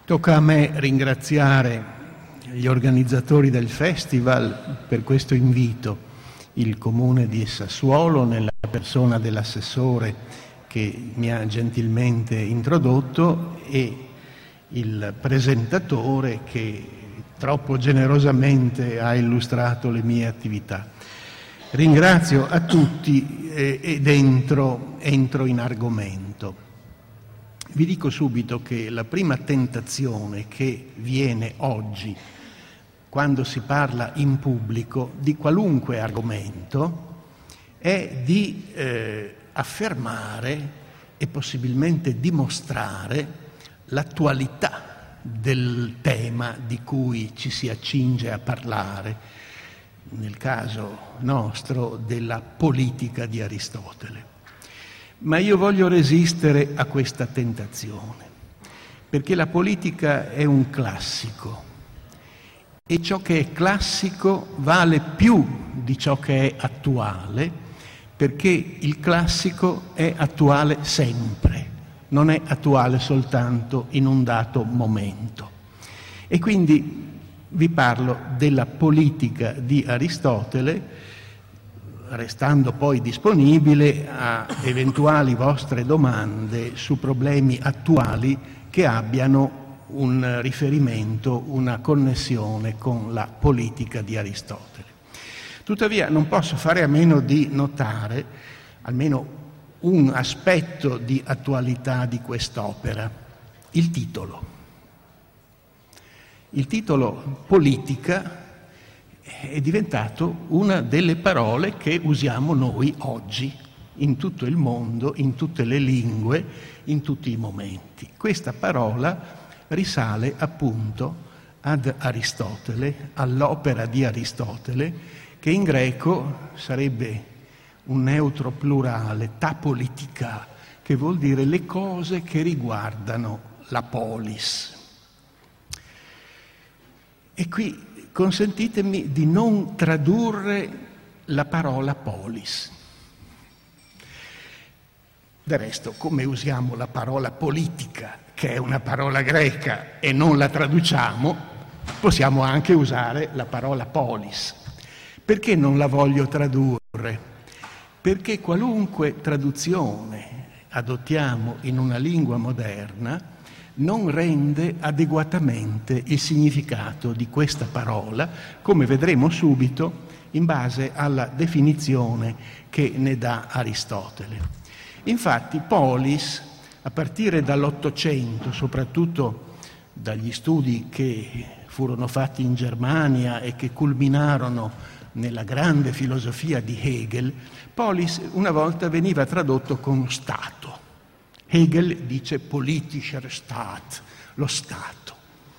Tocca a me ringraziare gli organizzatori del festival per questo invito, il Comune di Sassuolo nella persona dell'assessore che mi ha gentilmente introdotto e il presentatore che troppo generosamente ha illustrato le mie attività. Ringrazio a tutti ed entro in argomento. Vi dico subito che la prima tentazione che viene oggi quando si parla in pubblico di qualunque argomento è di affermare e possibilmente dimostrare l'attualità del tema di cui ci si accinge a parlare, nel caso nostro della politica di Aristotele. Ma io voglio resistere a questa tentazione, perché la politica è un classico e ciò che è classico vale più di ciò che è attuale, perché il classico è attuale sempre, non è attuale soltanto in un dato momento. E quindi vi parlo della politica di Aristotele, restando poi disponibile a eventuali vostre domande su problemi attuali che abbiano un riferimento, una connessione con la politica di Aristotele. Tuttavia non posso fare a meno di notare almeno un aspetto di attualità di quest'opera, il titolo. Il titolo politica è diventato una delle parole che usiamo noi oggi in tutto il mondo, in tutte le lingue, in tutti i momenti. Questa parola risale appunto ad Aristotele, all'opera di Aristotele, che in greco sarebbe un neutro plurale, ta politica, che vuol dire le cose che riguardano la polis. E qui consentitemi di non tradurre la parola polis. Del resto, come usiamo la parola politica, che è una parola greca, e non la traduciamo, possiamo anche usare la parola polis. Perché non la voglio tradurre? Perché qualunque traduzione adottiamo in una lingua moderna non rende adeguatamente il significato di questa parola, come vedremo subito in base alla definizione che ne dà Aristotele. Infatti, polis, a partire dall'Ottocento, soprattutto dagli studi che furono fatti in Germania e che culminarono nella grande filosofia di Hegel, polis una volta veniva tradotto con Stato. Hegel dice politischer Staat, lo Stato.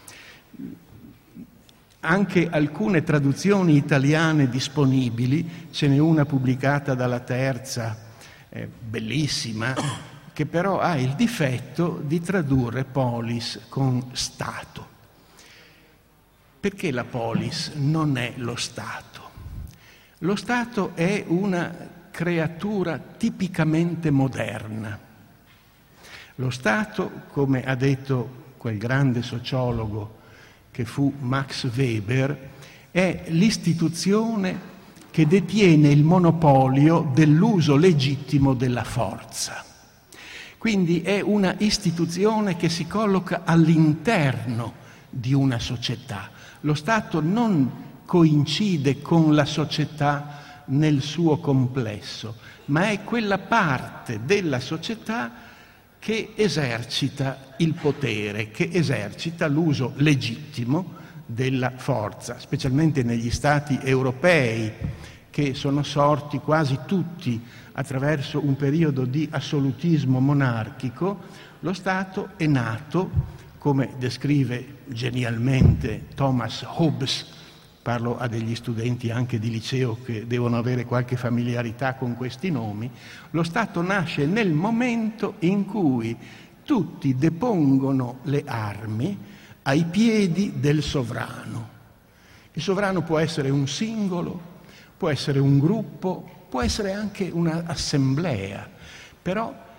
Anche alcune traduzioni italiane disponibili, ce n'è una pubblicata dalla Terza, bellissima, che però ha il difetto di tradurre polis con Stato. Perché la polis non è lo Stato? Lo Stato è una creatura tipicamente moderna. Lo Stato, come ha detto quel grande sociologo che fu Max Weber, è l'istituzione che detiene il monopolio dell'uso legittimo della forza. Quindi è una istituzione che si colloca all'interno di una società. Lo Stato non coincide con la società nel suo complesso, ma è quella parte della società che esercita il potere, che esercita l'uso legittimo della forza, specialmente negli Stati europei, che sono sorti quasi tutti attraverso un periodo di assolutismo monarchico. Lo Stato è nato, come descrive genialmente Thomas Hobbes, parlo a degli studenti anche di liceo che devono avere qualche familiarità con questi nomi, lo Stato nasce nel momento in cui tutti depongono le armi ai piedi del sovrano. Il sovrano può essere un singolo, può essere un gruppo, può essere anche un'assemblea, però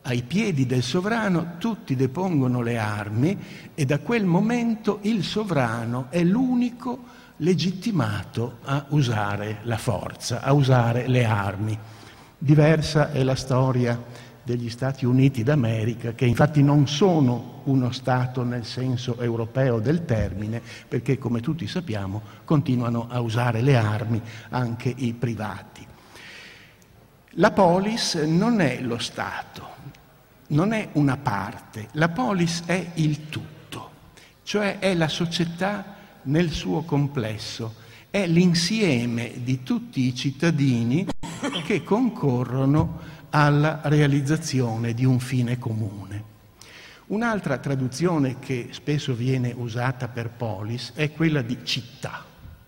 ai piedi del sovrano tutti depongono le armi e da quel momento il sovrano è l'unico legittimato a usare la forza, a usare le armi. Diversa è la storia degli Stati Uniti d'America, che infatti non sono uno Stato nel senso europeo del termine, perché come tutti sappiamo continuano a usare le armi anche i privati. La polis non è lo Stato, non è una parte, la polis è il tutto, cioè è la società nel suo complesso, è l'insieme di tutti i cittadini che concorrono alla realizzazione di un fine comune. Un'altra traduzione che spesso viene usata per polis è quella di città,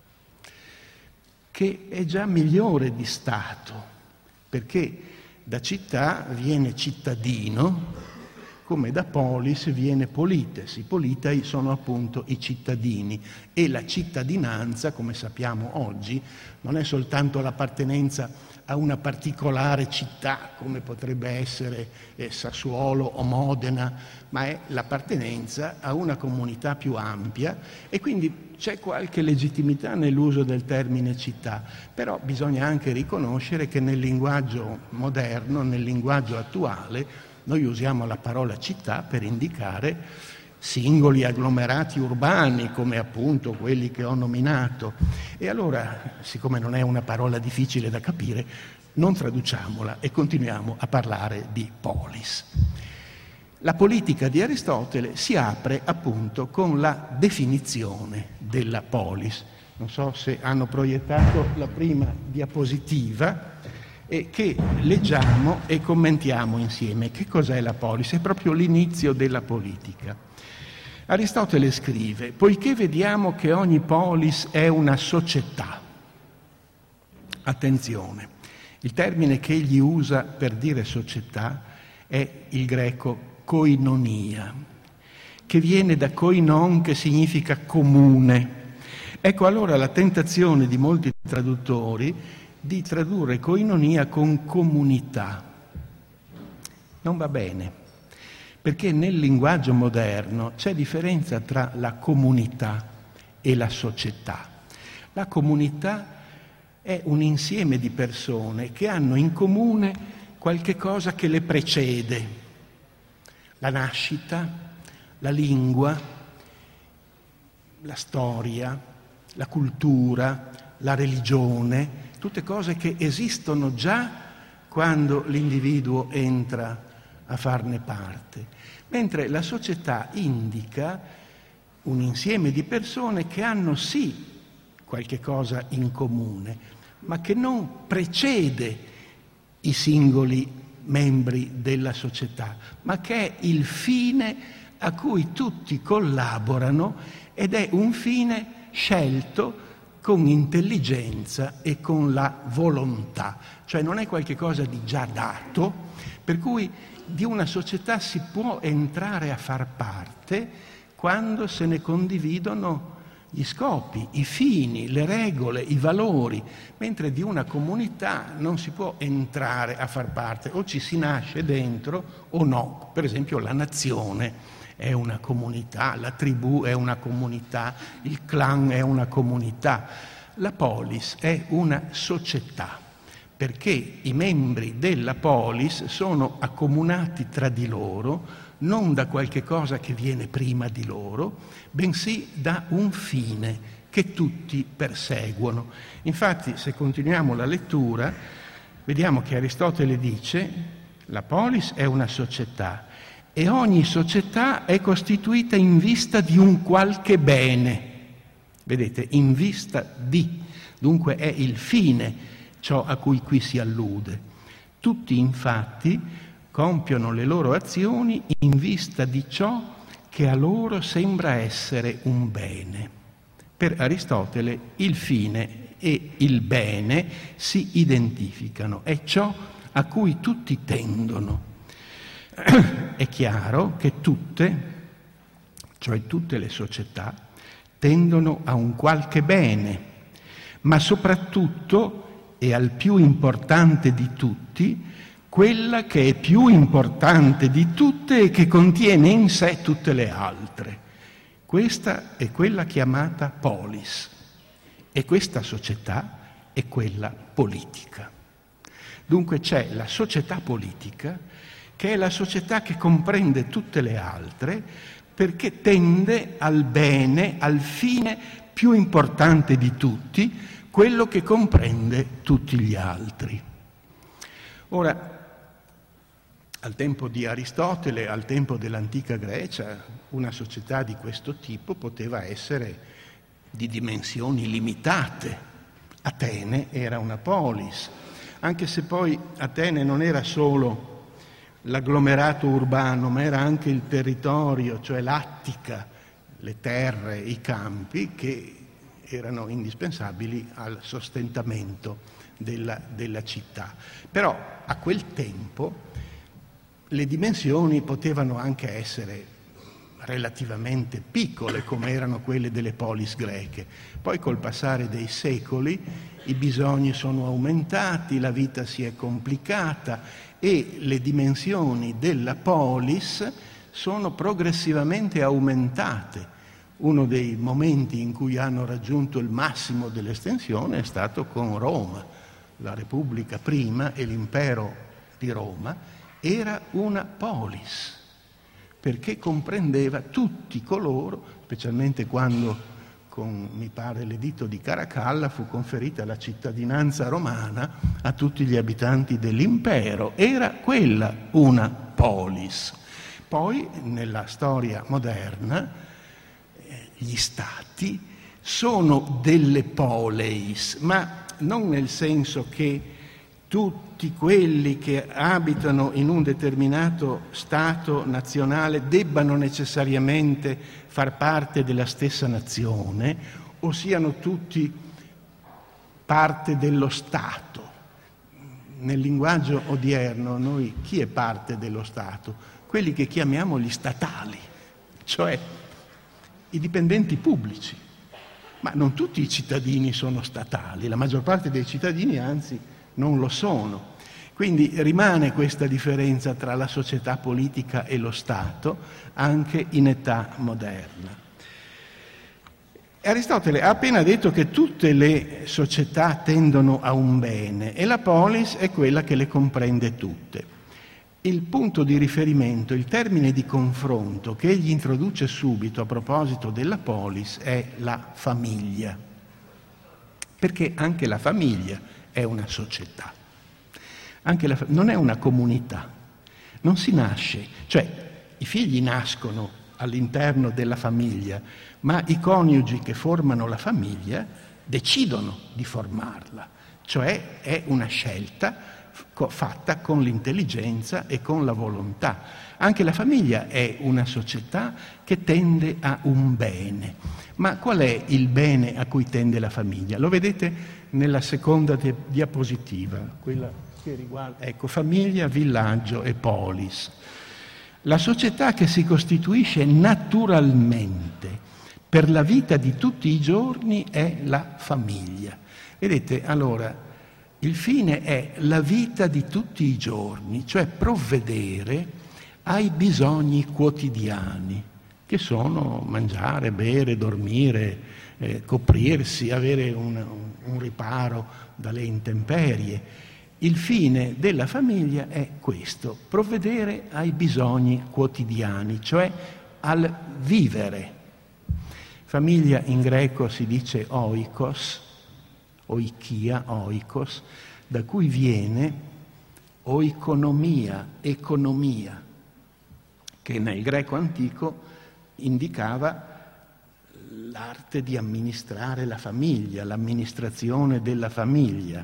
che è già migliore di Stato, perché da città viene cittadino, come da polis viene polites. I politei sono appunto i cittadini e la cittadinanza, come sappiamo oggi, non è soltanto l'appartenenza a una particolare città, come potrebbe essere Sassuolo o Modena, ma è l'appartenenza a una comunità più ampia e quindi c'è qualche legittimità nell'uso del termine città, però bisogna anche riconoscere che nel linguaggio moderno, nel linguaggio attuale, noi usiamo la parola città per indicare singoli agglomerati urbani, come appunto quelli che ho nominato. E allora, siccome non è una parola difficile da capire, non traduciamola e continuiamo a parlare di polis. La politica di Aristotele si apre appunto con la definizione della polis. Non so se hanno proiettato la prima diapositiva e che leggiamo e commentiamo insieme. Che cos'è la polis? È proprio l'inizio della politica. Aristotele scrive: poiché vediamo che ogni polis è una società. Attenzione, il termine che egli usa per dire società è il greco koinonia, che viene da koinon, che significa comune. Ecco allora la tentazione di molti traduttori di tradurre koinonia con comunità. Non va bene, perché nel linguaggio moderno c'è differenza tra la comunità e la società. La comunità è un insieme di persone che hanno in comune qualche cosa che le precede: la nascita, la lingua, la storia, la cultura, la religione, tutte cose che esistono già quando l'individuo entra a farne parte, mentre la società indica un insieme di persone che hanno sì qualche cosa in comune, ma che non precede i singoli membri della società, ma che è il fine a cui tutti collaborano ed è un fine scelto con intelligenza e con la volontà, cioè non è qualche cosa di già dato, per cui di una società si può entrare a far parte quando se ne condividono gli scopi, i fini, le regole, i valori, mentre di una comunità non si può entrare a far parte, o ci si nasce dentro o no. Per esempio la nazione è una comunità, la tribù è una comunità, il clan è una comunità. La polis è una società, perché i membri della polis sono accomunati tra di loro, non da qualche cosa che viene prima di loro, bensì da un fine che tutti perseguono. Infatti, se continuiamo la lettura, vediamo che Aristotele dice: la polis è una società e ogni società è costituita in vista di un qualche bene. Vedete, in vista di, dunque è il fine ciò a cui qui si allude. Tutti infatti compiono le loro azioni in vista di ciò che a loro sembra essere un bene. Per Aristotele il fine e il bene si identificano, è ciò a cui tutti tendono. È chiaro che tutte, cioè tutte le società, tendono a un qualche bene, ma soprattutto, e al più importante di tutti, quella che è più importante di tutte e che contiene in sé tutte le altre. Questa è quella chiamata polis e questa società è quella politica. Dunque c'è la società politica, che è la società che comprende tutte le altre, perché tende al bene, al fine più importante di tutti, quello che comprende tutti gli altri. Ora, al tempo di Aristotele, al tempo dell'antica Grecia, una società di questo tipo poteva essere di dimensioni limitate. Atene era una polis, anche se poi Atene non era solo l'agglomerato urbano, ma era anche il territorio, cioè l'Attica, le terre, i campi, che erano indispensabili al sostentamento della città. Però a quel tempo le dimensioni potevano anche essere relativamente piccole, come erano quelle delle polis greche. Poi col passare dei secoli i bisogni sono aumentati, la vita si è complicata e le dimensioni della polis sono progressivamente aumentate. Uno dei momenti in cui hanno raggiunto il massimo dell'estensione è stato con Roma. La Repubblica prima e l'impero di Roma era una polis, perché comprendeva tutti coloro, specialmente quando con, mi pare, l'editto di Caracalla fu conferita la cittadinanza romana a tutti gli abitanti dell'impero. Era quella una polis. Poi, nella storia moderna, gli stati sono delle poleis, ma non nel senso che tutti quelli che abitano in un determinato Stato nazionale debbano necessariamente far parte della stessa nazione o siano tutti parte dello Stato. Nel linguaggio odierno noi chi è parte dello Stato? Quelli che chiamiamo gli statali, cioè i dipendenti pubblici. Ma non tutti i cittadini sono statali, la maggior parte dei cittadini anzi non lo sono. Quindi rimane questa differenza tra la società politica e lo Stato anche in età moderna. Aristotele ha appena detto che tutte le società tendono a un bene e la polis è quella che le comprende tutte. Il punto di riferimento, il termine di confronto che egli introduce subito a proposito della polis è la famiglia, perché anche la famiglia è una società, non è una comunità, non si nasce, cioè i figli nascono all'interno della famiglia, ma i coniugi che formano la famiglia decidono di formarla, cioè è una scelta fatta con l'intelligenza e con la volontà. Anche la famiglia è una società che tende a un bene. Ma qual è il bene a cui tende la famiglia? Lo vedete nella seconda diapositiva, quella che riguarda, famiglia, villaggio e polis. La società che si costituisce naturalmente per la vita di tutti i giorni è la famiglia. Vedete, allora, il fine è la vita di tutti i giorni, cioè provvedere ai bisogni quotidiani, che sono mangiare, bere, dormire, coprirsi, avere un riparo dalle intemperie. Il fine della famiglia è questo, provvedere ai bisogni quotidiani, cioè al vivere. Famiglia in greco si dice oikos, oikia, oikos, da cui viene oikonomia, economia, che nel greco antico indicava l'arte di amministrare la famiglia, l'amministrazione della famiglia.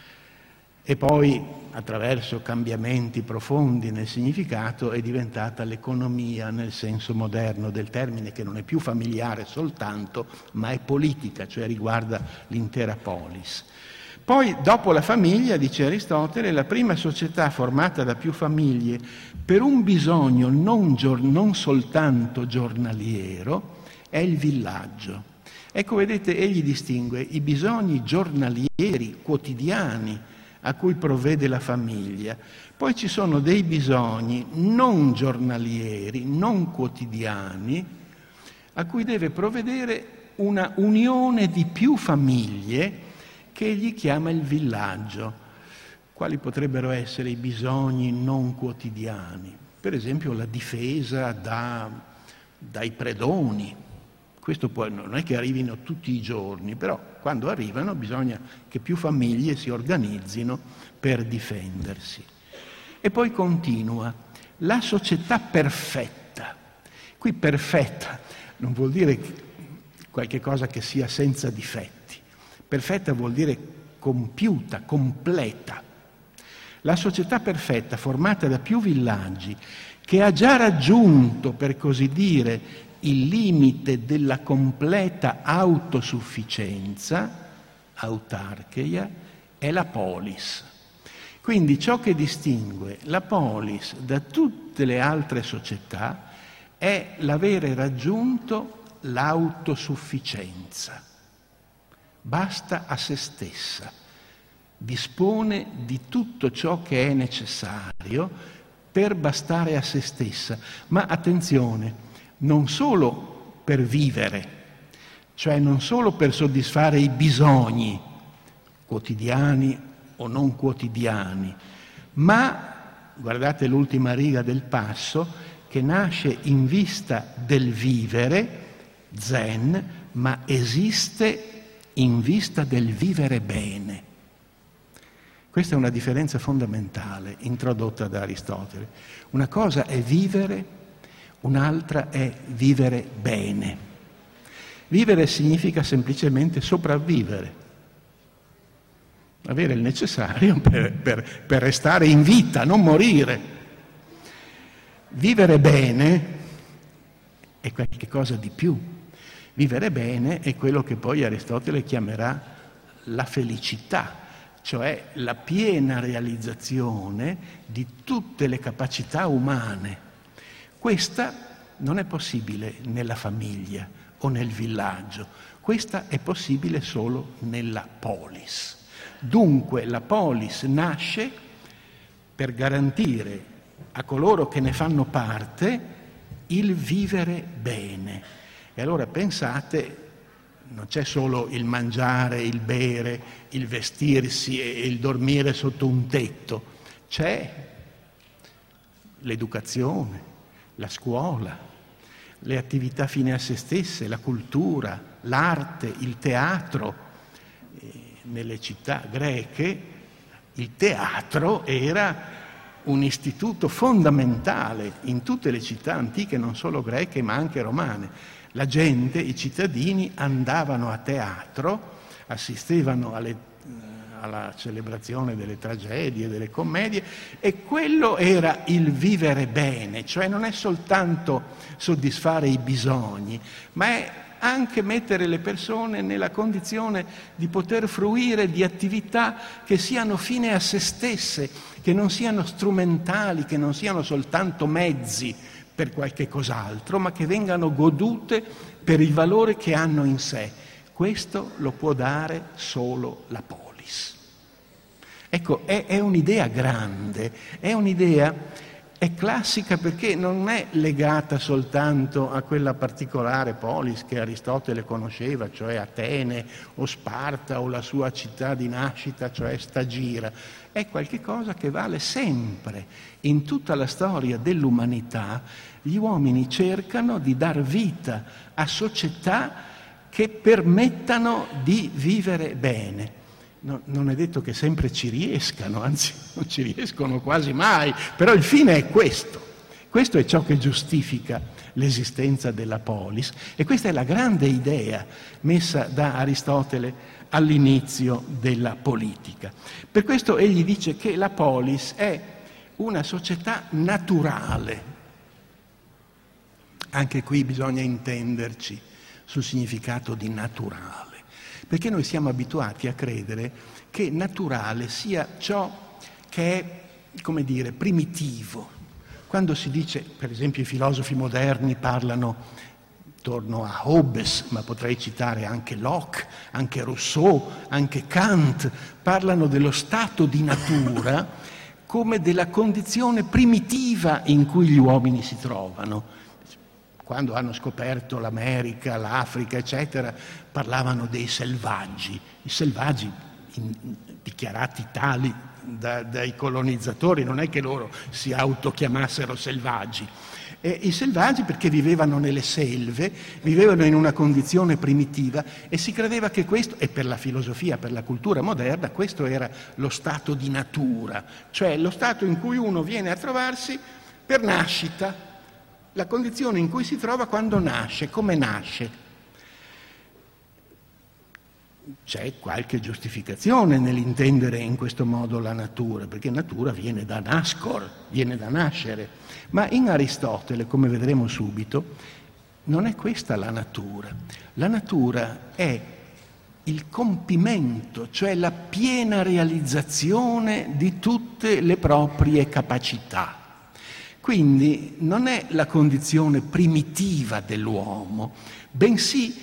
E poi, attraverso cambiamenti profondi nel significato, è diventata l'economia nel senso moderno del termine, che non è più familiare soltanto, ma è politica, cioè riguarda l'intera polis. Poi, dopo la famiglia, dice Aristotele, la prima società formata da più famiglie per un bisogno non soltanto giornaliero è il villaggio. Ecco, vedete, egli distingue i bisogni giornalieri, quotidiani, a cui provvede la famiglia. Poi ci sono dei bisogni non giornalieri, non quotidiani, a cui deve provvedere una unione di più famiglie che egli chiama il villaggio. Quali potrebbero essere i bisogni non quotidiani? Per esempio la difesa dai predoni. Questo poi non è che arrivino tutti i giorni, però quando arrivano bisogna che più famiglie si organizzino per difendersi. E poi continua, la società perfetta. Qui perfetta non vuol dire qualche cosa che sia senza difetti. Perfetta vuol dire compiuta, completa. La società perfetta, formata da più villaggi, che ha già raggiunto, per così dire, il limite della completa autosufficienza, autarcheia, è la polis. Quindi ciò che distingue la polis da tutte le altre società è l'avere raggiunto l'autosufficienza. Basta a se stessa, dispone di tutto ciò che è necessario per bastare a se stessa, ma attenzione, non solo per vivere, cioè non solo per soddisfare i bisogni quotidiani o non quotidiani, ma, guardate l'ultima riga del passo, che nasce in vista del vivere, zen, ma esiste in vista del vivere bene. Questa è una differenza fondamentale introdotta da Aristotele. Una cosa è vivere, un'altra è vivere bene. Vivere significa semplicemente sopravvivere, avere il necessario per restare in vita, non morire. Vivere bene è qualche cosa di più. Vivere bene è quello che poi Aristotele chiamerà la felicità, cioè la piena realizzazione di tutte le capacità umane. Questa non è possibile nella famiglia o nel villaggio, questa è possibile solo nella polis. Dunque la polis nasce per garantire a coloro che ne fanno parte il vivere bene. E allora pensate, non c'è solo il mangiare, il bere, il vestirsi e il dormire sotto un tetto, c'è l'educazione, la scuola, le attività fine a se stesse, la cultura, l'arte, il teatro. Nelle città greche il teatro era un istituto fondamentale in tutte le città antiche, non solo greche ma anche romane. La gente, i cittadini andavano a teatro, assistevano alla celebrazione delle tragedie, delle commedie, e quello era il vivere bene, cioè non è soltanto soddisfare i bisogni, ma è anche mettere le persone nella condizione di poter fruire di attività che siano fine a se stesse, che non siano strumentali, che non siano soltanto mezzi per qualche cos'altro, ma che vengano godute per il valore che hanno in sé. Questo lo può dare solo la polis. Ecco, è un'idea grande, è classica perché non è legata soltanto a quella particolare polis che Aristotele conosceva, cioè Atene o Sparta o la sua città di nascita, cioè Stagira. È qualche cosa che vale sempre. In tutta la storia dell'umanità gli uomini cercano di dar vita a società che permettano di vivere bene. Non è detto che sempre ci riescano, anzi non ci riescono quasi mai, però il fine è questo. Questo è ciò che giustifica l'esistenza della polis, e questa è la grande idea messa da Aristotele all'inizio della politica. Per questo egli dice che la polis è una società naturale. Anche qui bisogna intenderci sul significato di naturale. Perché noi siamo abituati a credere che naturale sia ciò che è, come dire, primitivo. Quando si dice, per esempio i filosofi moderni parlano attorno a Hobbes, ma potrei citare anche Locke, anche Rousseau, anche Kant, parlano dello stato di natura come della condizione primitiva in cui gli uomini si trovano. Quando hanno scoperto l'America, l'Africa, eccetera, parlavano dei selvaggi. I selvaggi, dichiarati tali dai colonizzatori, non è che loro si autochiamassero selvaggi. I selvaggi perché vivevano nelle selve, vivevano in una condizione primitiva e si credeva che questo, e per la filosofia, per la cultura moderna, questo era lo stato di natura, cioè lo stato in cui uno viene a trovarsi per nascita, la condizione in cui si trova quando nasce, come nasce. C'è qualche giustificazione nell'intendere in questo modo la natura, perché natura viene da nascor, viene da nascere, ma in Aristotele, come vedremo subito, non è questa la natura. La natura è il compimento, cioè la piena realizzazione di tutte le proprie capacità. Quindi non è la condizione primitiva dell'uomo, bensì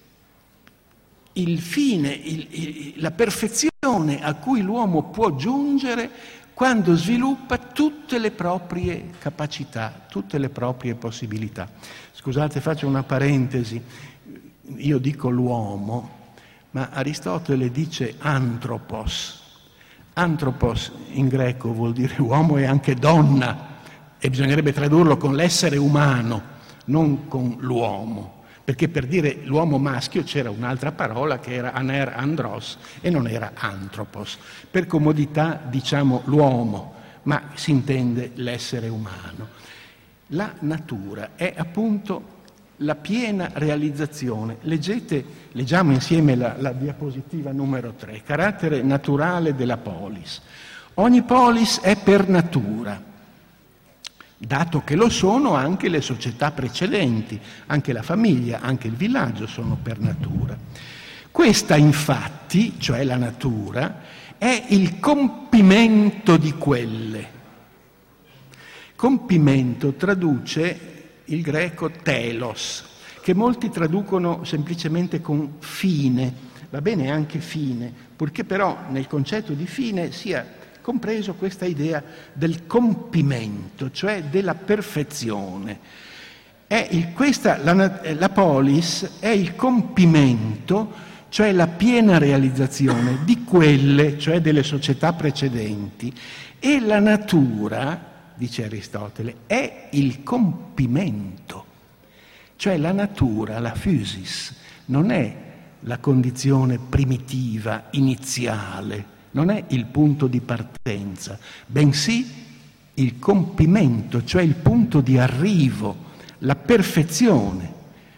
il fine, la perfezione a cui l'uomo può giungere quando sviluppa tutte le proprie capacità, tutte le proprie possibilità. Scusate, faccio una parentesi. Io dico l'uomo, ma Aristotele dice anthropos. Anthropos in greco vuol dire uomo e anche donna, e bisognerebbe tradurlo con l'essere umano, non con l'uomo. Perché per dire l'uomo maschio c'era un'altra parola che era aner andros e non era anthropos. Per comodità diciamo l'uomo, ma si intende l'essere umano. La natura è appunto la piena realizzazione. Leggiamo insieme la diapositiva numero 3, carattere naturale della polis. Ogni polis è per natura, dato che lo sono anche le società precedenti, anche la famiglia, anche il villaggio sono per natura. Questa infatti, cioè la natura, è il compimento di quelle. Compimento traduce il greco telos, che molti traducono semplicemente con fine, va bene anche fine, purché però nel concetto di fine sia compreso questa idea del compimento, cioè della perfezione. La polis è il compimento, cioè la piena realizzazione di quelle, cioè delle società precedenti, e la natura, dice Aristotele, è il compimento, cioè la natura, la physis, non è la condizione primitiva, iniziale, non è il punto di partenza, bensì il compimento, cioè il punto di arrivo, la perfezione.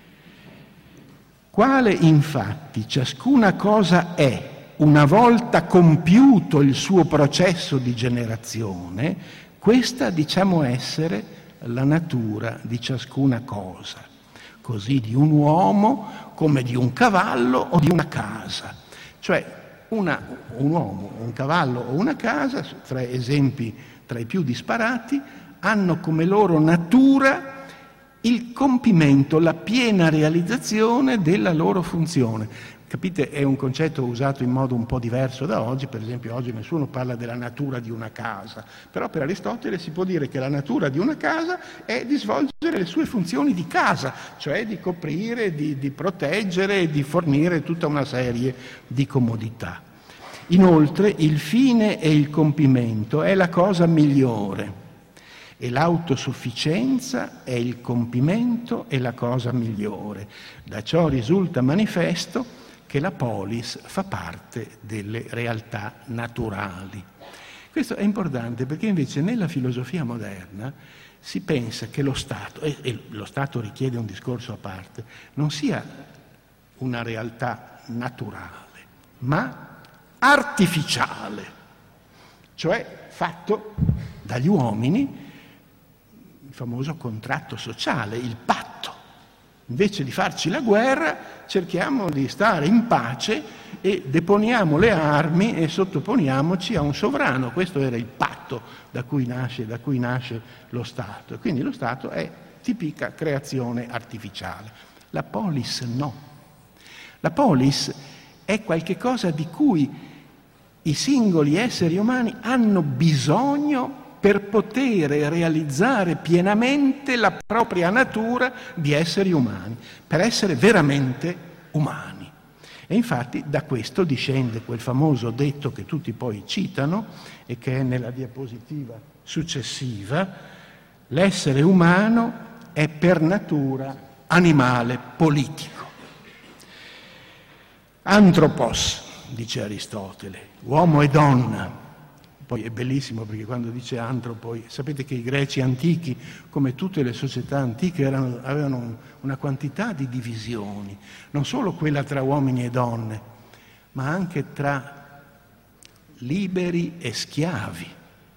Quale infatti ciascuna cosa è, una volta compiuto il suo processo di generazione, questa diciamo essere la natura di ciascuna cosa, così di un uomo come di un cavallo o di una casa, cioè un uomo, un cavallo o una casa, tre esempi tra i più disparati, hanno come loro natura il compimento, la piena realizzazione della loro funzione. Capite, è un concetto usato in modo un po' diverso da oggi, per esempio oggi nessuno parla della natura di una casa, però per Aristotele si può dire che la natura di una casa è di svolgere le sue funzioni di casa, cioè di coprire, di proteggere, di fornire tutta una serie di comodità. Inoltre il fine e il compimento è la cosa migliore e l'autosufficienza è il compimento e la cosa migliore. Da ciò risulta manifesto che la polis fa parte delle realtà naturali. Questo è importante perché invece nella filosofia moderna si pensa che lo Stato, e lo Stato richiede un discorso a parte, non sia una realtà naturale, ma artificiale, cioè fatto dagli uomini, il famoso contratto sociale, il patto. Invece di farci la guerra, cerchiamo di stare in pace e deponiamo le armi e sottoponiamoci a un sovrano. Questo era il patto da cui nasce lo Stato. Quindi lo Stato è tipica creazione artificiale. La polis no. La polis è qualcosa di cui i singoli esseri umani hanno bisogno per poter realizzare pienamente la propria natura di esseri umani, per essere veramente umani. E infatti da questo discende quel famoso detto che tutti poi citano e che è nella diapositiva successiva: l'essere umano è per natura animale politico. Anthropos, dice Aristotele, uomo e donna. Poi è bellissimo perché quando dice antropo, sapete che i greci antichi, come tutte le società antiche, avevano una quantità di divisioni, non solo quella tra uomini e donne, ma anche tra liberi e schiavi.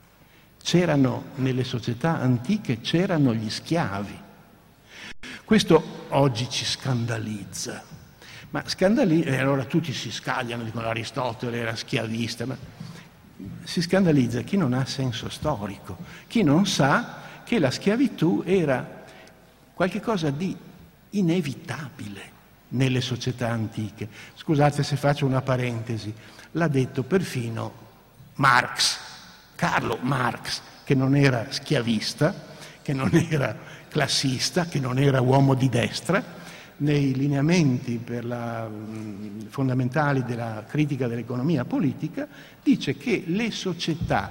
Nelle società antiche c'erano gli schiavi. Questo oggi ci scandalizza, ma e allora tutti si scagliano, dicono Aristotele era schiavista, ma si scandalizza chi non ha senso storico, chi non sa che la schiavitù era qualcosa di inevitabile nelle società antiche. Scusate se faccio una parentesi, l'ha detto perfino Marx, Carlo Marx, che non era schiavista, che non era classista, che non era uomo di destra. Nei lineamenti fondamentali della critica dell'economia politica dice che le società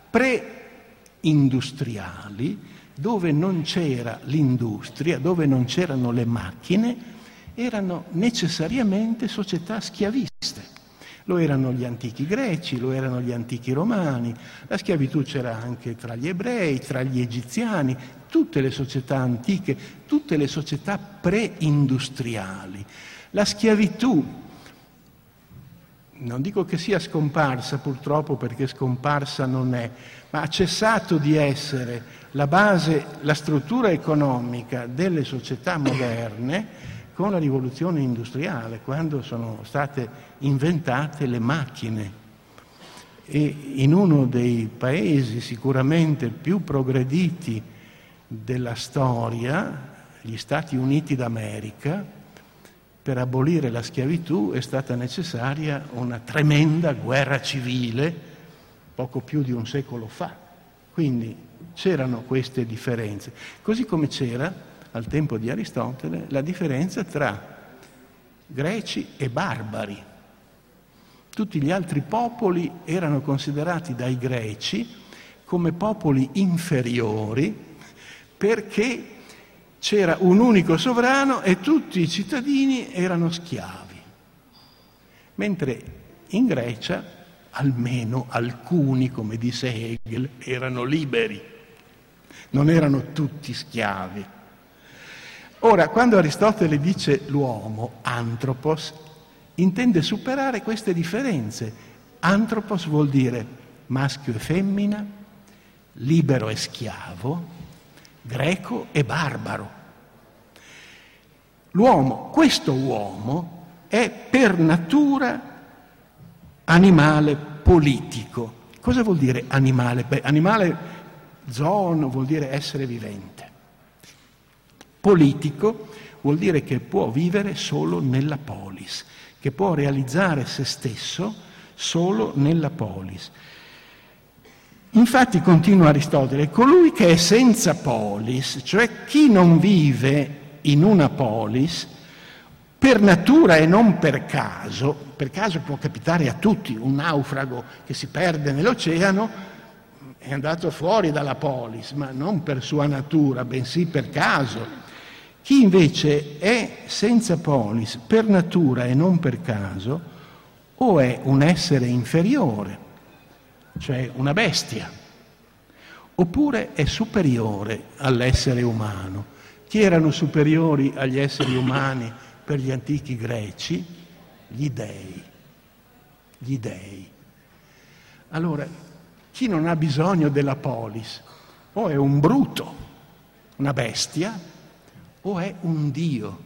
pre-industriali, dove non c'era l'industria, dove non c'erano le macchine, erano necessariamente società schiaviste. Lo erano gli antichi greci, lo erano gli antichi romani, la schiavitù c'era anche tra gli ebrei, tra gli egiziani, tutte le società antiche, tutte le società pre-industriali. La schiavitù, non dico che sia scomparsa purtroppo perché scomparsa non è, ma ha cessato di essere la base, la struttura economica delle società moderne con la rivoluzione industriale, quando sono state inventate le macchine. E in uno dei paesi sicuramente più progrediti della storia, gli Stati Uniti d'America, per abolire la schiavitù è stata necessaria una tremenda guerra civile poco più di un secolo fa. Quindi c'erano queste differenze, così come c'era al tempo di Aristotele la differenza tra greci e barbari. Tutti gli altri popoli erano considerati dai greci come popoli inferiori perché c'era un unico sovrano e tutti i cittadini erano schiavi. Mentre in Grecia almeno alcuni, come disse Hegel, erano liberi, non erano tutti schiavi. Ora, quando Aristotele dice l'uomo, anthropos, intende superare queste differenze. Anthropos vuol dire maschio e femmina, libero e schiavo, greco e barbaro. L'uomo, questo uomo, è per natura animale politico. Cosa vuol dire animale? Beh, animale zoon vuol dire essere vivente. Politico vuol dire che può vivere solo nella polis, che può realizzare se stesso solo nella polis. Infatti, continua Aristotele, colui che è senza polis, cioè chi non vive in una polis, per natura e non per caso può capitare a tutti, un naufrago che si perde nell'oceano è andato fuori dalla polis, ma non per sua natura, bensì per caso. Chi invece è senza polis per natura e non per caso, o è un essere inferiore, cioè una bestia, oppure è superiore all'essere umano. Chi erano superiori agli esseri umani per gli antichi greci? Gli dei. Gli dei. Allora, chi non ha bisogno della polis o è un bruto, una bestia, o è un Dio.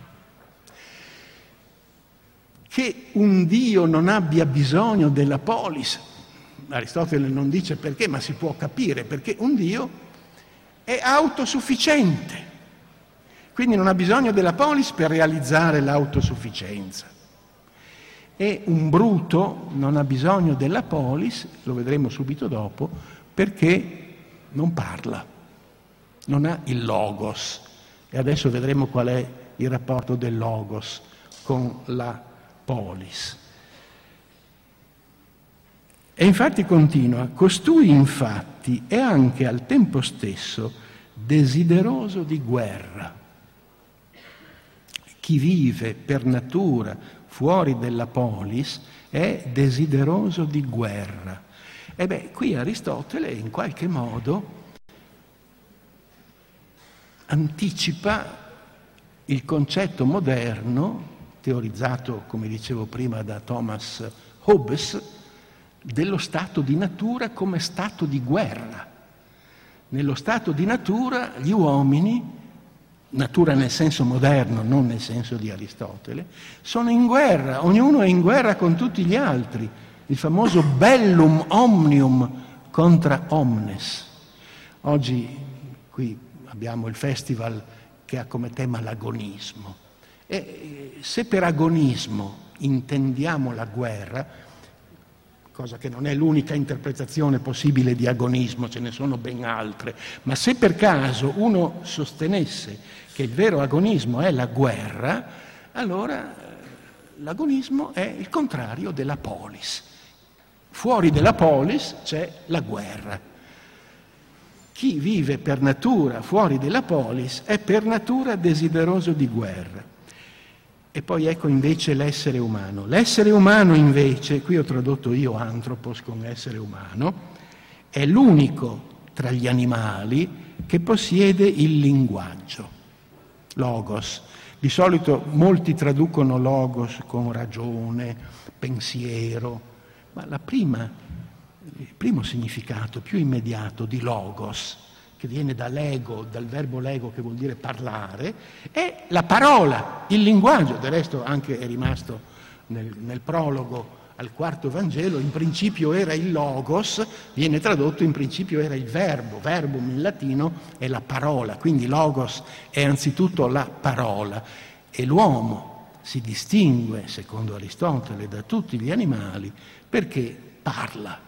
Che un Dio non abbia bisogno della polis, Aristotele non dice perché, ma si può capire, perché un Dio è autosufficiente. Quindi non ha bisogno della polis per realizzare l'autosufficienza. E un bruto non ha bisogno della polis, lo vedremo subito dopo, perché non parla, non ha il logos. E adesso vedremo qual è il rapporto del logos con la polis. E infatti continua: costui infatti è anche al tempo stesso desideroso di guerra. Chi vive per natura fuori della polis è desideroso di guerra. E qui Aristotele in qualche modo anticipa il concetto moderno, teorizzato, come dicevo prima, da Thomas Hobbes, dello stato di natura come stato di guerra. Nello stato di natura gli uomini, natura nel senso moderno, non nel senso di Aristotele, sono in guerra, ognuno è in guerra con tutti gli altri, il famoso bellum omnium contra omnes. Oggi qui abbiamo il festival che ha come tema l'agonismo. E se per agonismo intendiamo la guerra, cosa che non è l'unica interpretazione possibile di agonismo, ce ne sono ben altre, ma se per caso uno sostenesse che il vero agonismo è la guerra, allora l'agonismo è il contrario della polis. Fuori della polis c'è la guerra. Chi vive per natura fuori della polis è per natura desideroso di guerra. E poi ecco invece l'essere umano. L'essere umano invece, qui ho tradotto io anthropos con essere umano, è l'unico tra gli animali che possiede il linguaggio, logos. Di solito molti traducono logos con ragione, pensiero, ma il primo significato più immediato di logos, che viene dall'ego, dal verbo lego che vuol dire parlare, è la parola, il linguaggio. Del resto anche è rimasto nel prologo al quarto Vangelo, in principio era il logos, viene tradotto in principio era il verbo, verbum in latino è la parola, quindi logos è anzitutto la parola. E l'uomo si distingue, secondo Aristotele, da tutti gli animali perché parla.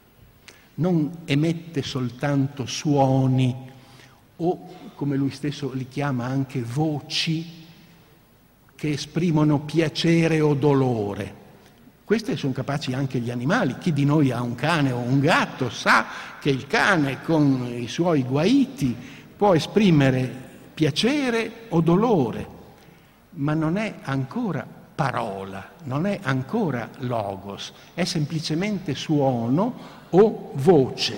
Non emette soltanto suoni o, come lui stesso li chiama, anche voci che esprimono piacere o dolore. Queste sono capaci anche gli animali. Chi di noi ha un cane o un gatto sa che il cane con i suoi guaiti può esprimere piacere o dolore, ma non è ancora parola, non è ancora logos, è semplicemente suono o voce.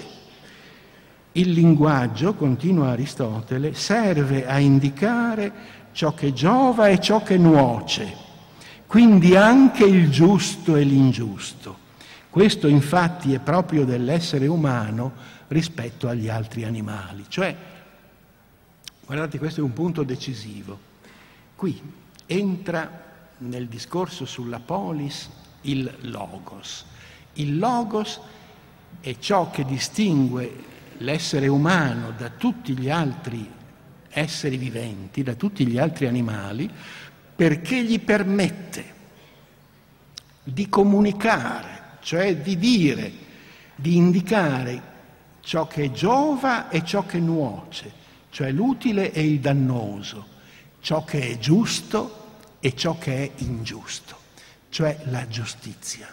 Il linguaggio, continua Aristotele, serve a indicare ciò che giova e ciò che nuoce, quindi anche il giusto e l'ingiusto. Questo infatti è proprio dell'essere umano rispetto agli altri animali. Cioè, guardate, questo è un punto decisivo. Qui entra nel discorso sulla polis il logos. Il logos è ciò che distingue l'essere umano da tutti gli altri esseri viventi, da tutti gli altri animali, perché gli permette di comunicare, cioè di dire, di indicare ciò che giova e ciò che nuoce, cioè l'utile e il dannoso, ciò che è giusto e ciò che è ingiusto, cioè la giustizia.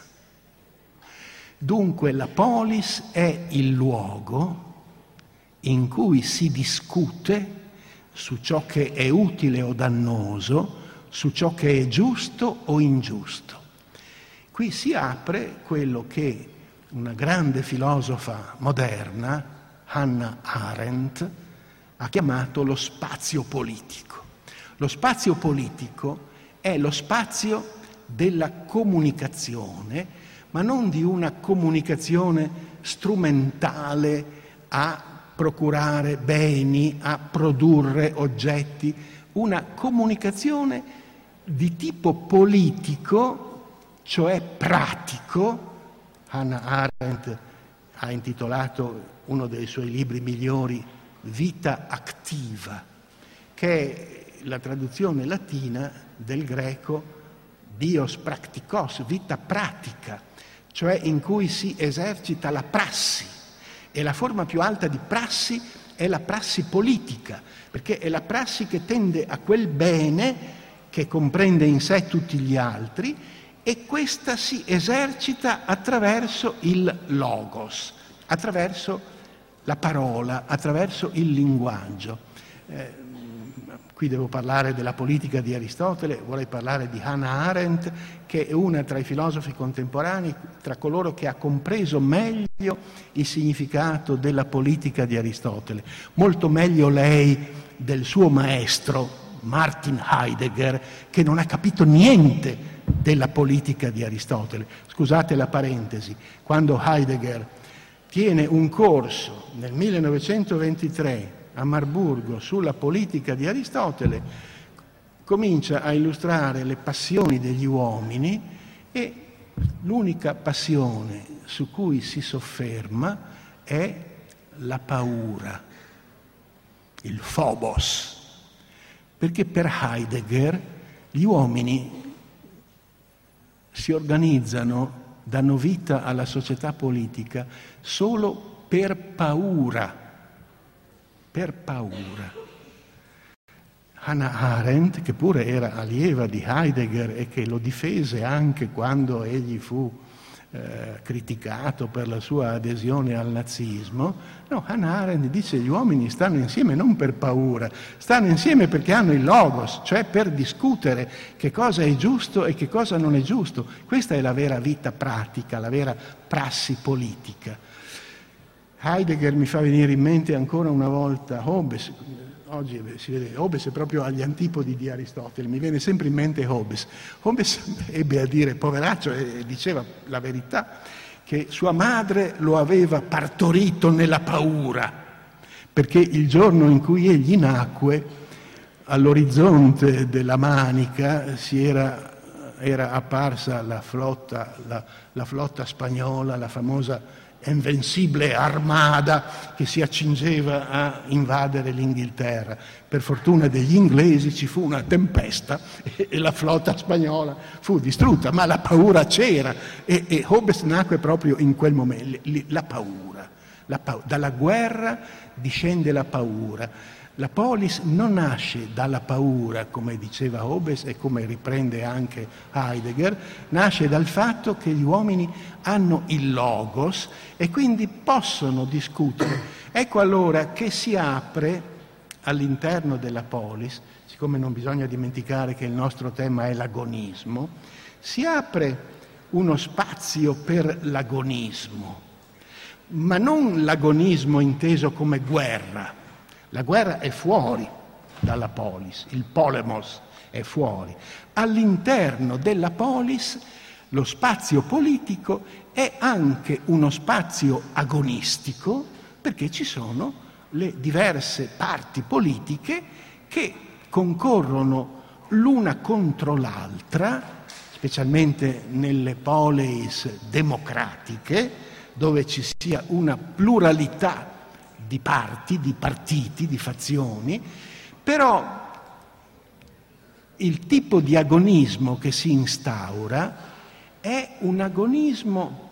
Dunque la polis è il luogo in cui si discute su ciò che è utile o dannoso, su ciò che è giusto o ingiusto. Qui si apre quello che una grande filosofa moderna, Hannah Arendt, ha chiamato lo spazio politico. Lo spazio politico è lo spazio della comunicazione, ma non di una comunicazione strumentale a procurare beni, a produrre oggetti, una comunicazione di tipo politico, cioè pratico. Hannah Arendt ha intitolato uno dei suoi libri migliori Vita attiva, che è la traduzione latina del greco bios practicos, vita pratica, cioè in cui si esercita la prassi, e la forma più alta di prassi è la prassi politica, perché è la prassi che tende a quel bene che comprende in sé tutti gli altri, e questa si esercita attraverso il logos, attraverso la parola, attraverso il linguaggio. Qui devo parlare della politica di Aristotele, vorrei parlare di Hannah Arendt, che è una tra i filosofi contemporanei, tra coloro che ha compreso meglio il significato della politica di Aristotele, molto meglio lei del suo maestro Martin Heidegger, che non ha capito niente della politica di Aristotele. Scusate la parentesi, quando Heidegger tiene un corso nel 1923 a Marburgo sulla politica di Aristotele, comincia a illustrare le passioni degli uomini, e l'unica passione su cui si sofferma è la paura, il phobos, perché per Heidegger gli uomini si organizzano, danno vita alla società politica solo per paura. Per paura. Hannah Arendt, che pure era allieva di Heidegger e che lo difese anche quando egli fu criticato per la sua adesione al nazismo, no, Hannah Arendt dice che gli uomini stanno insieme non per paura, stanno insieme perché hanno il logos, cioè per discutere che cosa è giusto e che cosa non è giusto. Questa è la vera vita pratica, la vera prassi politica. Heidegger mi fa venire in mente ancora una volta Hobbes. Oggi si vede, Hobbes è proprio agli antipodi di Aristotele, mi viene sempre in mente Hobbes. Hobbes ebbe a dire, poveraccio, e diceva la verità, che sua madre lo aveva partorito nella paura, perché il giorno in cui egli nacque, all'orizzonte della Manica era apparsa la flotta spagnola, la famosa Invincible Armada, che si accingeva a invadere l'Inghilterra. Per fortuna degli inglesi ci fu una tempesta e la flotta spagnola fu distrutta, ma la paura c'era, e Hobbes nacque proprio in quel momento. La paura. Dalla guerra discende la paura. La polis non nasce dalla paura, come diceva Hobbes e come riprende anche Heidegger, nasce dal fatto che gli uomini hanno il logos e quindi possono discutere. Ecco allora che si apre all'interno della polis, siccome non bisogna dimenticare che il nostro tema è l'agonismo, si apre uno spazio per l'agonismo, ma non l'agonismo inteso come guerra. La guerra è fuori dalla polis, il polemos è fuori. All'interno della polis lo spazio politico è anche uno spazio agonistico, perché ci sono le diverse parti politiche che concorrono l'una contro l'altra, specialmente nelle poleis democratiche, dove ci sia una pluralità di parti, di partiti, di fazioni, però il tipo di agonismo che si instaura è un agonismo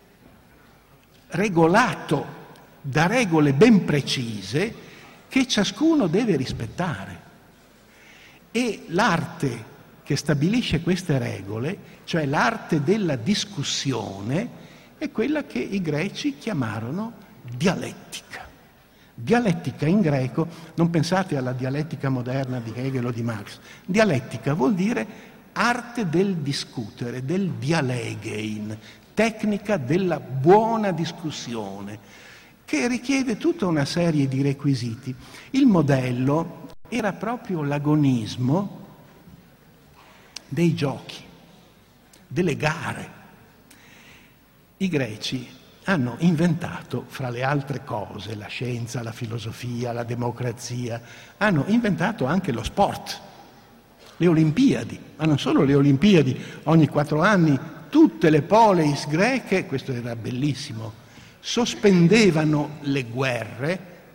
regolato da regole ben precise che ciascuno deve rispettare. E l'arte che stabilisce queste regole, cioè l'arte della discussione, è quella che i greci chiamarono dialettica. Dialettica in greco, non pensate alla dialettica moderna di Hegel o di Marx. Dialettica vuol dire arte del discutere, del dialegein, tecnica della buona discussione, che richiede tutta una serie di requisiti. Il modello era proprio l'agonismo dei giochi, delle gare. I greci hanno inventato, fra le altre cose, la scienza, la filosofia, la democrazia, hanno inventato anche lo sport, le Olimpiadi, ma non solo le Olimpiadi, ogni 4 anni tutte le poleis greche, questo era bellissimo, sospendevano le guerre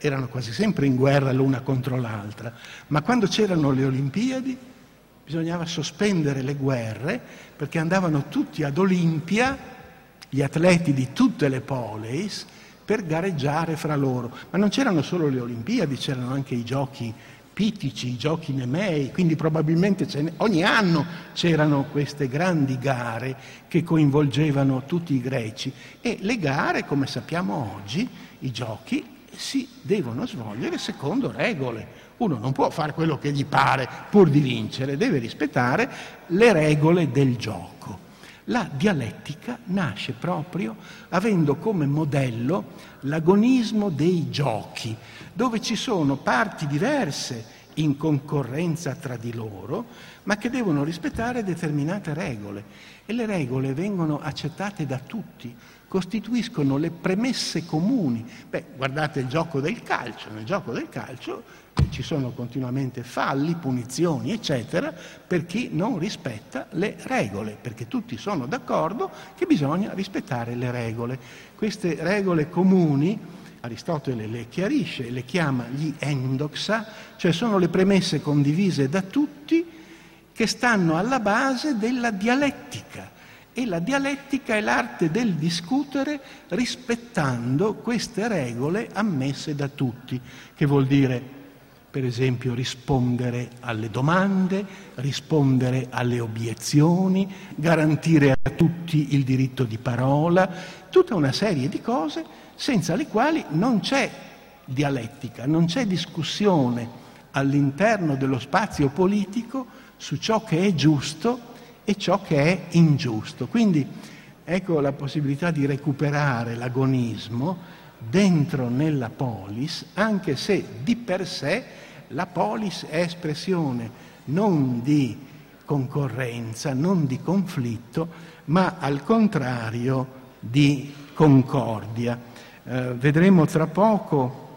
erano quasi sempre in guerra l'una contro l'altra, ma quando c'erano le Olimpiadi bisognava sospendere le guerre perché andavano tutti ad Olimpia, gli atleti di tutte le poleis, per gareggiare fra loro. Ma non c'erano solo le Olimpiadi, c'erano anche i giochi pitici, i giochi nemei, quindi probabilmente ogni anno c'erano queste grandi gare che coinvolgevano tutti i greci, e le gare, come sappiamo oggi, i giochi si devono svolgere secondo regole. Uno non può fare quello che gli pare pur di vincere, deve rispettare le regole del gioco. La dialettica nasce proprio avendo come modello l'agonismo dei giochi, dove ci sono parti diverse in concorrenza tra di loro, ma che devono rispettare determinate regole, e le regole vengono accettate da tutti, costituiscono le premesse comuni. Guardate il gioco del calcio. Nel gioco del calcio ci sono continuamente falli, punizioni, eccetera, per chi non rispetta le regole, perché tutti sono d'accordo che bisogna rispettare le regole. Queste regole comuni Aristotele le chiarisce, le chiama gli endoxa, cioè sono le premesse condivise da tutti che stanno alla base della dialettica. E la dialettica è l'arte del discutere rispettando queste regole ammesse da tutti, che vuol dire, per esempio, rispondere alle domande, rispondere alle obiezioni, garantire a tutti il diritto di parola, tutta una serie di cose senza le quali non c'è dialettica, non c'è discussione all'interno dello spazio politico su ciò che è giusto e ciò che è ingiusto. Quindi ecco la possibilità di recuperare l'agonismo dentro nella polis, anche se di per sé la polis è espressione non di concorrenza, non di conflitto, ma al contrario di concordia. Vedremo tra poco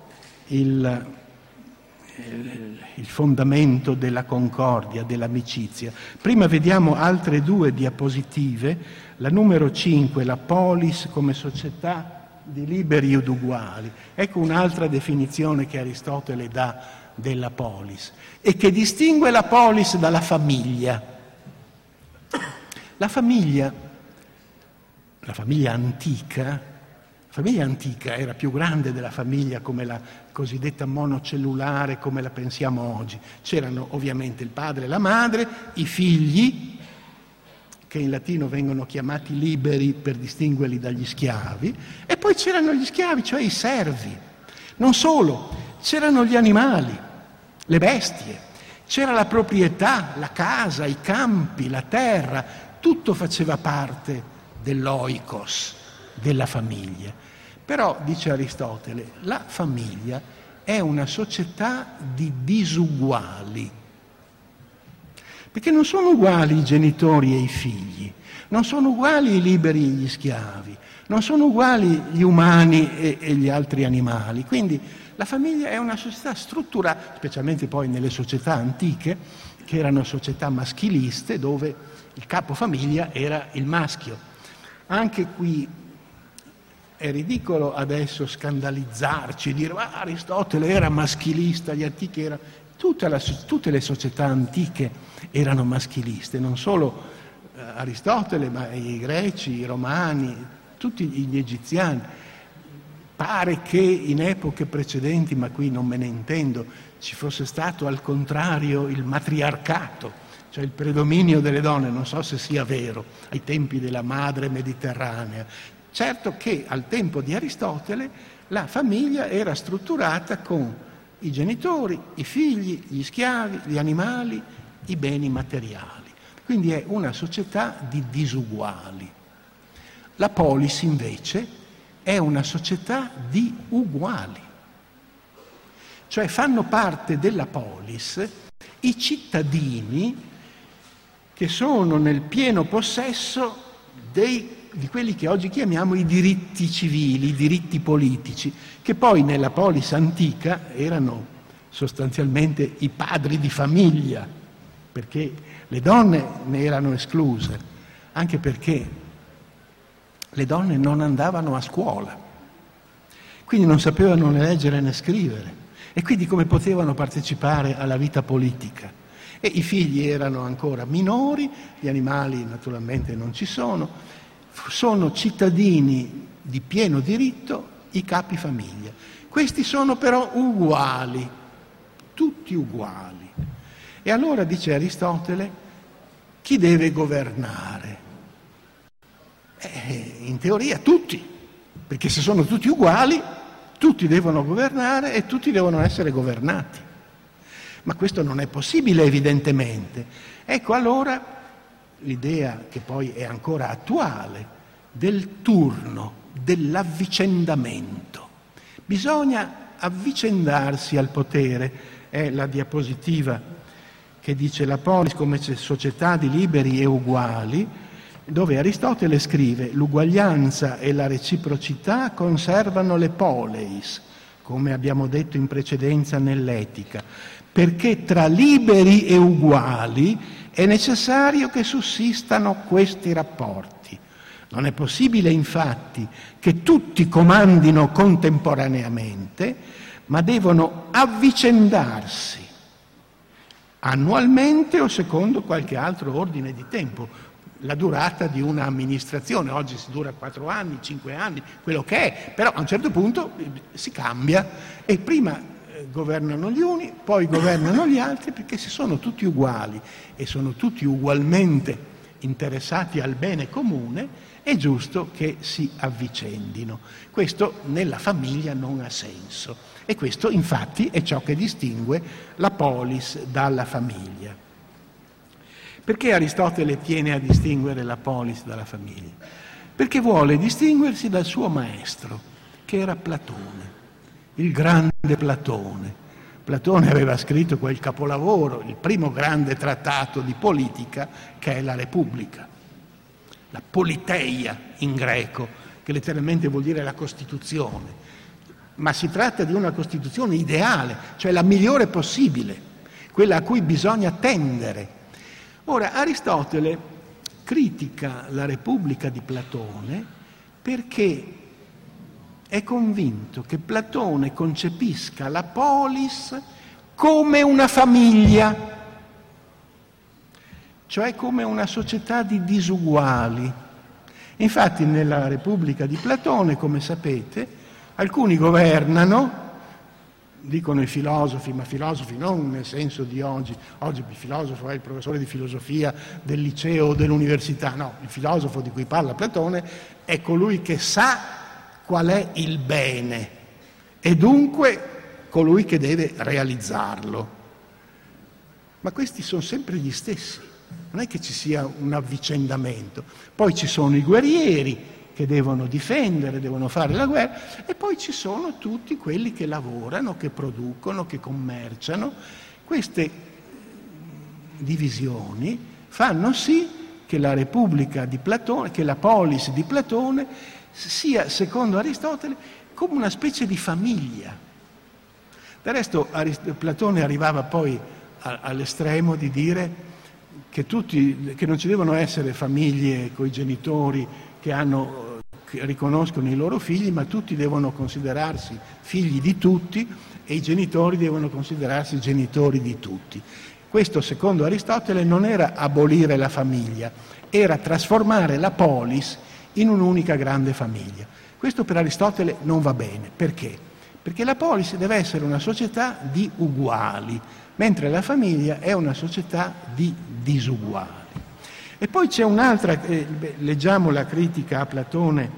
il fondamento della concordia, dell'amicizia. Prima vediamo altre due diapositive, la numero 5, la polis come società di liberi ed uguali. Ecco un'altra definizione che Aristotele dà della polis e che distingue la polis dalla famiglia. La famiglia antica era più grande della famiglia come la cosiddetta monocellulare, come la pensiamo oggi. C'erano ovviamente il padre e la madre, i figli, che in latino vengono chiamati liberi per distinguerli dagli schiavi, e poi c'erano gli schiavi, cioè i servi. Non solo, c'erano gli animali, le bestie, c'era la proprietà, la casa, i campi, la terra, tutto faceva parte dell'oikos, della famiglia. Però, dice Aristotele, la famiglia è una società di disuguali, perché non sono uguali i genitori e i figli, non sono uguali i liberi e gli schiavi, non sono uguali gli umani e gli altri animali. Quindi la famiglia è una società strutturata, specialmente poi nelle società antiche, che erano società maschiliste, dove il capofamiglia era il maschio. Anche qui è ridicolo adesso scandalizzarci, dire Aristotele era maschilista, gli antichi erano... Tutte le società antiche erano maschiliste, non solo Aristotele, ma i greci, i romani, tutti gli egiziani. Pare che in epoche precedenti, ma qui non me ne intendo, ci fosse stato al contrario il matriarcato, cioè il predominio delle donne. Non so se sia vero, ai tempi della madre mediterranea. Certo che al tempo di Aristotele la famiglia era strutturata con i genitori, i figli, gli schiavi, gli animali, i beni materiali. Quindi è una società di disuguali. La polis invece è una società di uguali. Cioè fanno parte della polis i cittadini che sono nel pieno possesso di quelli che oggi chiamiamo i diritti civili, i diritti politici, che poi nella polis antica erano sostanzialmente i padri di famiglia, perché le donne ne erano escluse, anche perché le donne non andavano a scuola. quindi non sapevano né leggere né scrivere, e quindi come potevano partecipare alla vita politica? E i figli erano ancora minori, gli animali naturalmente non ci sono cittadini di pieno diritto i capi famiglia. Questi sono però uguali, tutti uguali. E allora dice Aristotele, chi deve governare? In teoria tutti, perché se sono tutti uguali, tutti devono governare e tutti devono essere governati. Ma questo non è possibile, evidentemente. Ecco allora l'idea, che poi è ancora attuale, del turno, dell'avvicendamento. Bisogna avvicendarsi al potere. È la diapositiva che dice la polis come società di liberi e uguali, dove Aristotele scrive: l'uguaglianza e la reciprocità conservano le poleis, come abbiamo detto in precedenza nell'Etica, perché tra liberi e uguali è necessario che sussistano questi rapporti. Non è possibile, infatti, che tutti comandino contemporaneamente, ma devono avvicendarsi annualmente o secondo qualche altro ordine di tempo. La durata di una amministrazione, oggi si dura 4 anni, 5 anni, quello che è, però a un certo punto si cambia e prima governano gli uni, poi governano gli altri, perché se sono tutti uguali e sono tutti ugualmente interessati al bene comune, è giusto che si avvicendino. Questo nella famiglia non ha senso e questo infatti è ciò che distingue la polis dalla famiglia. Perché Aristotele tiene a distinguere la polis dalla famiglia? Perché vuole distinguersi dal suo maestro, che era Platone, il grande Platone. Platone aveva scritto quel capolavoro, il primo grande trattato di politica, che è la Repubblica, la Politeia in greco, che letteralmente vuol dire la Costituzione. Ma si tratta di una Costituzione ideale, cioè la migliore possibile, quella a cui bisogna tendere. Ora, Aristotele critica la Repubblica di Platone perché è convinto che Platone concepisca la polis come una famiglia, cioè come una società di disuguali. Infatti nella Repubblica di Platone, come sapete, alcuni governano, dicono i filosofi, ma filosofi non nel senso di oggi il filosofo è il professore di filosofia del liceo o dell'università, no, il filosofo di cui parla Platone è colui che sa qual è il bene e dunque colui che deve realizzarlo. Ma questi sono sempre gli stessi, non è che ci sia un avvicendamento. Poi ci sono i guerrieri che devono difendere, devono fare la guerra, e poi ci sono tutti quelli che lavorano, che producono, che commerciano. Queste divisioni fanno sì che la Repubblica di Platone, che la polis di Platone sia, secondo Aristotele, come una specie di famiglia. Del resto Platone arrivava poi all'estremo di dire che non ci devono essere famiglie coi genitori che riconoscono i loro figli, ma tutti devono considerarsi figli di tutti e i genitori devono considerarsi genitori di tutti. Questo, secondo Aristotele, non era abolire la famiglia, era trasformare la polis in un'unica grande famiglia. Questo per Aristotele non va bene. Perché? Perché la polis deve essere una società di uguali, mentre la famiglia è una società di disuguali. E poi c'è un'altra, leggiamo la critica a Platone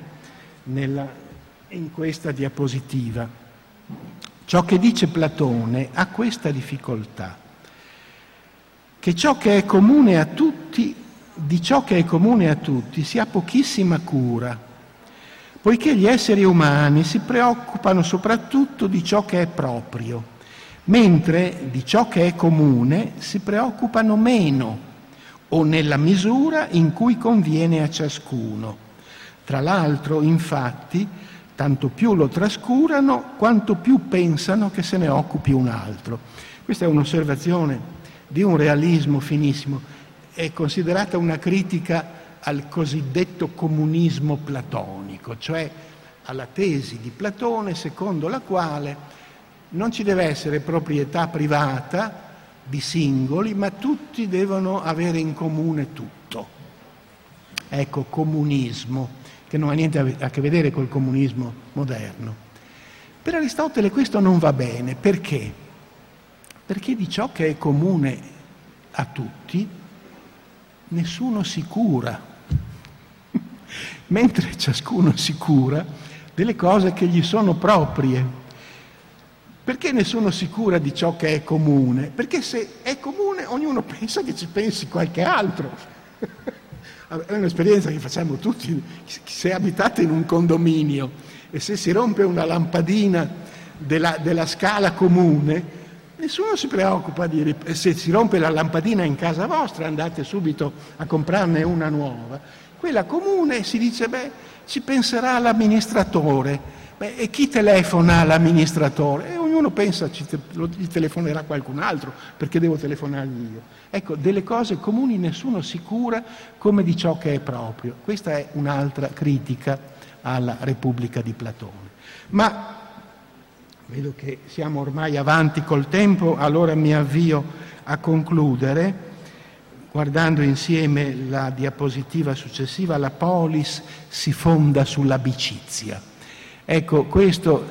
in questa diapositiva. Ciò che dice Platone ha questa difficoltà, che ciò che è comune a tutti, di ciò che è comune a tutti si ha pochissima cura, poiché gli esseri umani si preoccupano soprattutto di ciò che è proprio, mentre di ciò che è comune si preoccupano meno, o nella misura in cui conviene a ciascuno. Tra l'altro, infatti, tanto più lo trascurano, quanto più pensano che se ne occupi un altro. Questa è un'osservazione di un realismo finissimo. È considerata una critica al cosiddetto comunismo platonico, cioè alla tesi di Platone secondo la quale non ci deve essere proprietà privata di singoli, ma tutti devono avere in comune tutto. Ecco, comunismo, che non ha niente a che vedere col comunismo moderno. Per Aristotele questo non va bene. Perché? Perché di ciò che è comune a tutti nessuno si cura, mentre ciascuno si cura delle cose che gli sono proprie. Perché nessuno si cura di ciò che è comune? Perché se è comune ognuno pensa che ci pensi qualche altro. È un'esperienza che facciamo tutti. Se abitate in un condominio e se si rompe una lampadina della scala comune, nessuno si preoccupa di... Se si rompe la lampadina in casa vostra, andate subito a comprarne una nuova. Quella comune si dice, ci penserà l'amministratore. E chi telefona all'amministratore? E ognuno pensa gli telefonerà qualcun altro, perché devo telefonargli io. Ecco, delle cose comuni nessuno si cura come di ciò che è proprio. Questa è un'altra critica alla Repubblica di Platone. Ma vedo che siamo ormai avanti col tempo, allora mi avvio a concludere guardando insieme la diapositiva successiva. La polis si fonda sull'amicizia. Ecco, questo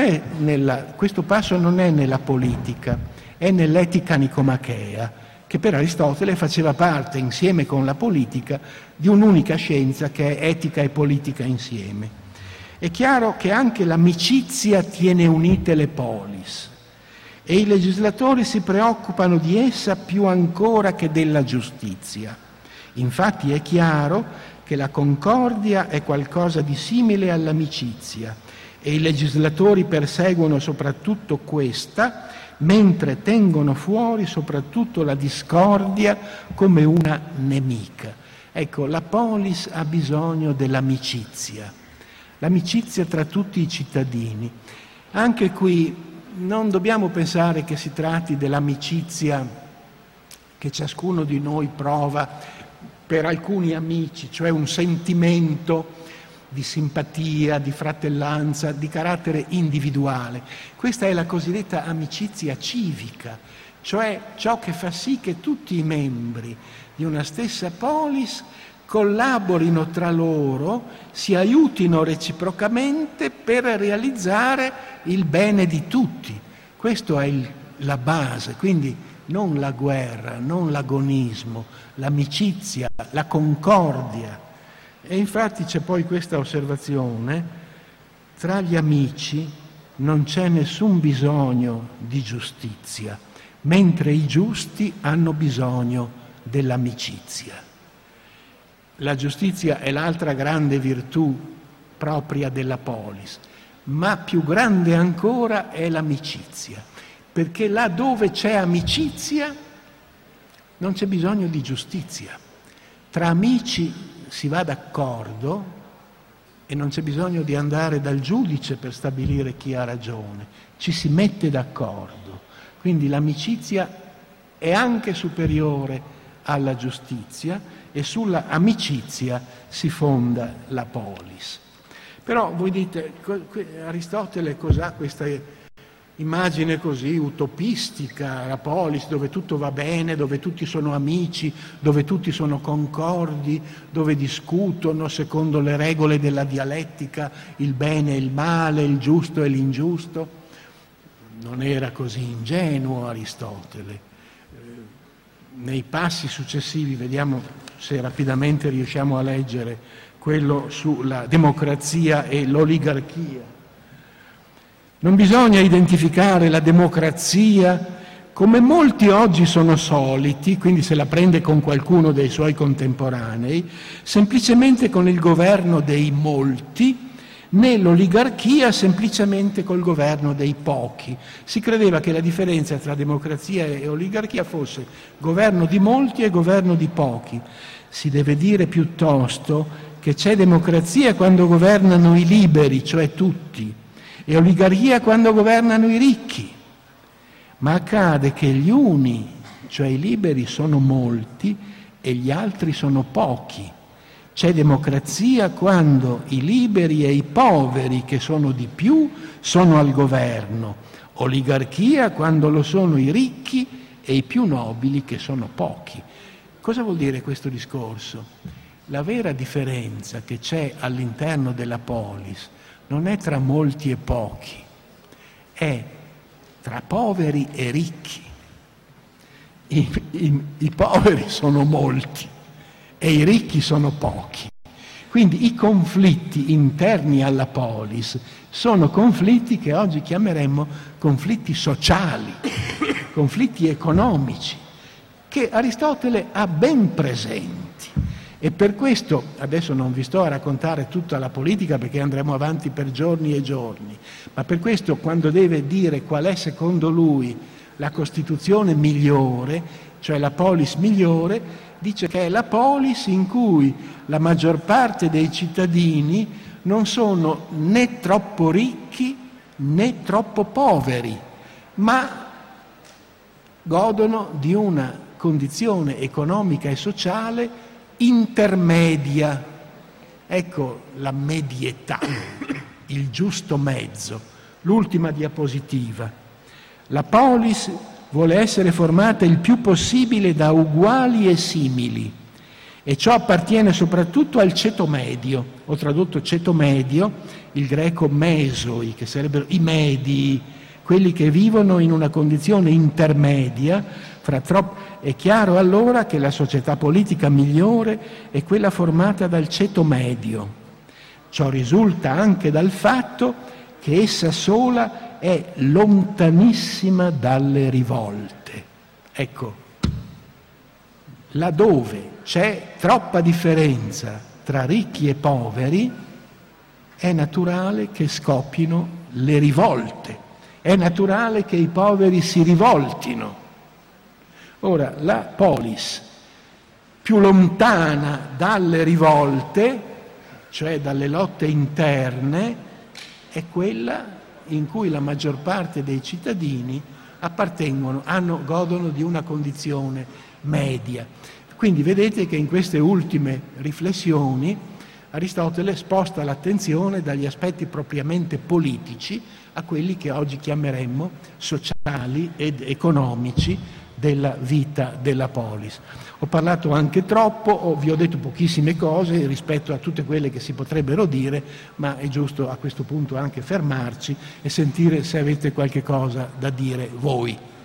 passo non è nella politica, è nell'etica nicomachea, che per Aristotele faceva parte, insieme con la politica, di un'unica scienza che è etica e politica insieme. È chiaro che anche l'amicizia tiene unite le polis e i legislatori si preoccupano di essa più ancora che della giustizia. Infatti è chiaro che la concordia è qualcosa di simile all'amicizia e i legislatori perseguono soprattutto questa, mentre tengono fuori soprattutto la discordia come una nemica. Ecco, la polis ha bisogno dell'amicizia, l'amicizia tra tutti i cittadini. Anche qui non dobbiamo pensare che si tratti dell'amicizia che ciascuno di noi prova per alcuni amici, cioè un sentimento di simpatia, di fratellanza, di carattere individuale. Questa è la cosiddetta amicizia civica, cioè ciò che fa sì che tutti i membri di una stessa polis collaborino tra loro, si aiutino reciprocamente per realizzare il bene di tutti. Questo è la base, quindi non la guerra, non l'agonismo, l'amicizia, la concordia. E infatti c'è poi questa osservazione: tra gli amici non c'è nessun bisogno di giustizia, mentre i giusti hanno bisogno dell'amicizia. La giustizia è l'altra grande virtù propria della polis, ma più grande ancora è l'amicizia, perché là dove c'è amicizia non c'è bisogno di giustizia. Tra amici si va d'accordo e non c'è bisogno di andare dal giudice per stabilire chi ha ragione, ci si mette d'accordo. Quindi l'amicizia è anche superiore alla giustizia e sulla amicizia si fonda la polis. Però voi dite, Aristotele cos'ha questa immagine così utopistica, la polis dove tutto va bene, dove tutti sono amici, dove tutti sono concordi, dove discutono secondo le regole della dialettica il bene e il male, il giusto e l'ingiusto? Non era così ingenuo Aristotele. Nei passi successivi, vediamo se rapidamente riusciamo a leggere quello sulla democrazia e l'oligarchia. Non bisogna identificare la democrazia come molti oggi sono soliti, quindi se la prende con qualcuno dei suoi contemporanei, semplicemente con il governo dei molti, né l'oligarchia semplicemente col governo dei pochi. Si credeva che la differenza tra democrazia e oligarchia fosse governo di molti e governo di pochi. Si deve dire piuttosto che c'è democrazia quando governano i liberi, cioè tutti, e oligarchia quando governano i ricchi. Ma accade che gli uni, cioè i liberi, sono molti e gli altri sono pochi. C'è democrazia quando i liberi e i poveri, che sono di più, sono al governo. Oligarchia quando lo sono i ricchi e i più nobili, che sono pochi. Cosa vuol dire questo discorso? La vera differenza che c'è all'interno della polis non è tra molti e pochi, è tra poveri e ricchi. I poveri sono molti e i ricchi sono pochi. Quindi i conflitti interni alla polis sono conflitti che oggi chiameremmo conflitti sociali, conflitti economici, che Aristotele ha ben presenti. E per questo, adesso non vi sto a raccontare tutta la politica perché andremo avanti per giorni e giorni, ma per questo quando deve dire qual è secondo lui la Costituzione migliore, cioè la polis migliore, dice che è la polis in cui la maggior parte dei cittadini non sono né troppo ricchi né troppo poveri, ma godono di una condizione economica e sociale intermedia. Ecco la medietà, il giusto mezzo. L'ultima diapositiva. La polis vuole essere formata il più possibile da uguali e simili, e ciò appartiene soprattutto al ceto medio. Ho tradotto ceto medio, il greco mesoi, che sarebbero i medi, quelli che vivono in una condizione intermedia fra È chiaro allora che la società politica migliore è quella formata dal ceto medio. Ciò risulta anche dal fatto che essa sola è lontanissima dalle rivolte. Ecco, laddove c'è troppa differenza tra ricchi e poveri, è naturale che scoppino le rivolte, è naturale che i poveri si rivoltino. Ora, la polis più lontana dalle rivolte, cioè dalle lotte interne, è quella in cui la maggior parte dei cittadini godono di una condizione media. Quindi vedete che in queste ultime riflessioni Aristotele sposta l'attenzione dagli aspetti propriamente politici a quelli che oggi chiameremmo sociali ed economici della vita della polis. Ho parlato anche troppo, vi ho detto pochissime cose rispetto a tutte quelle che si potrebbero dire, ma è giusto a questo punto anche fermarci e sentire se avete qualche cosa da dire voi.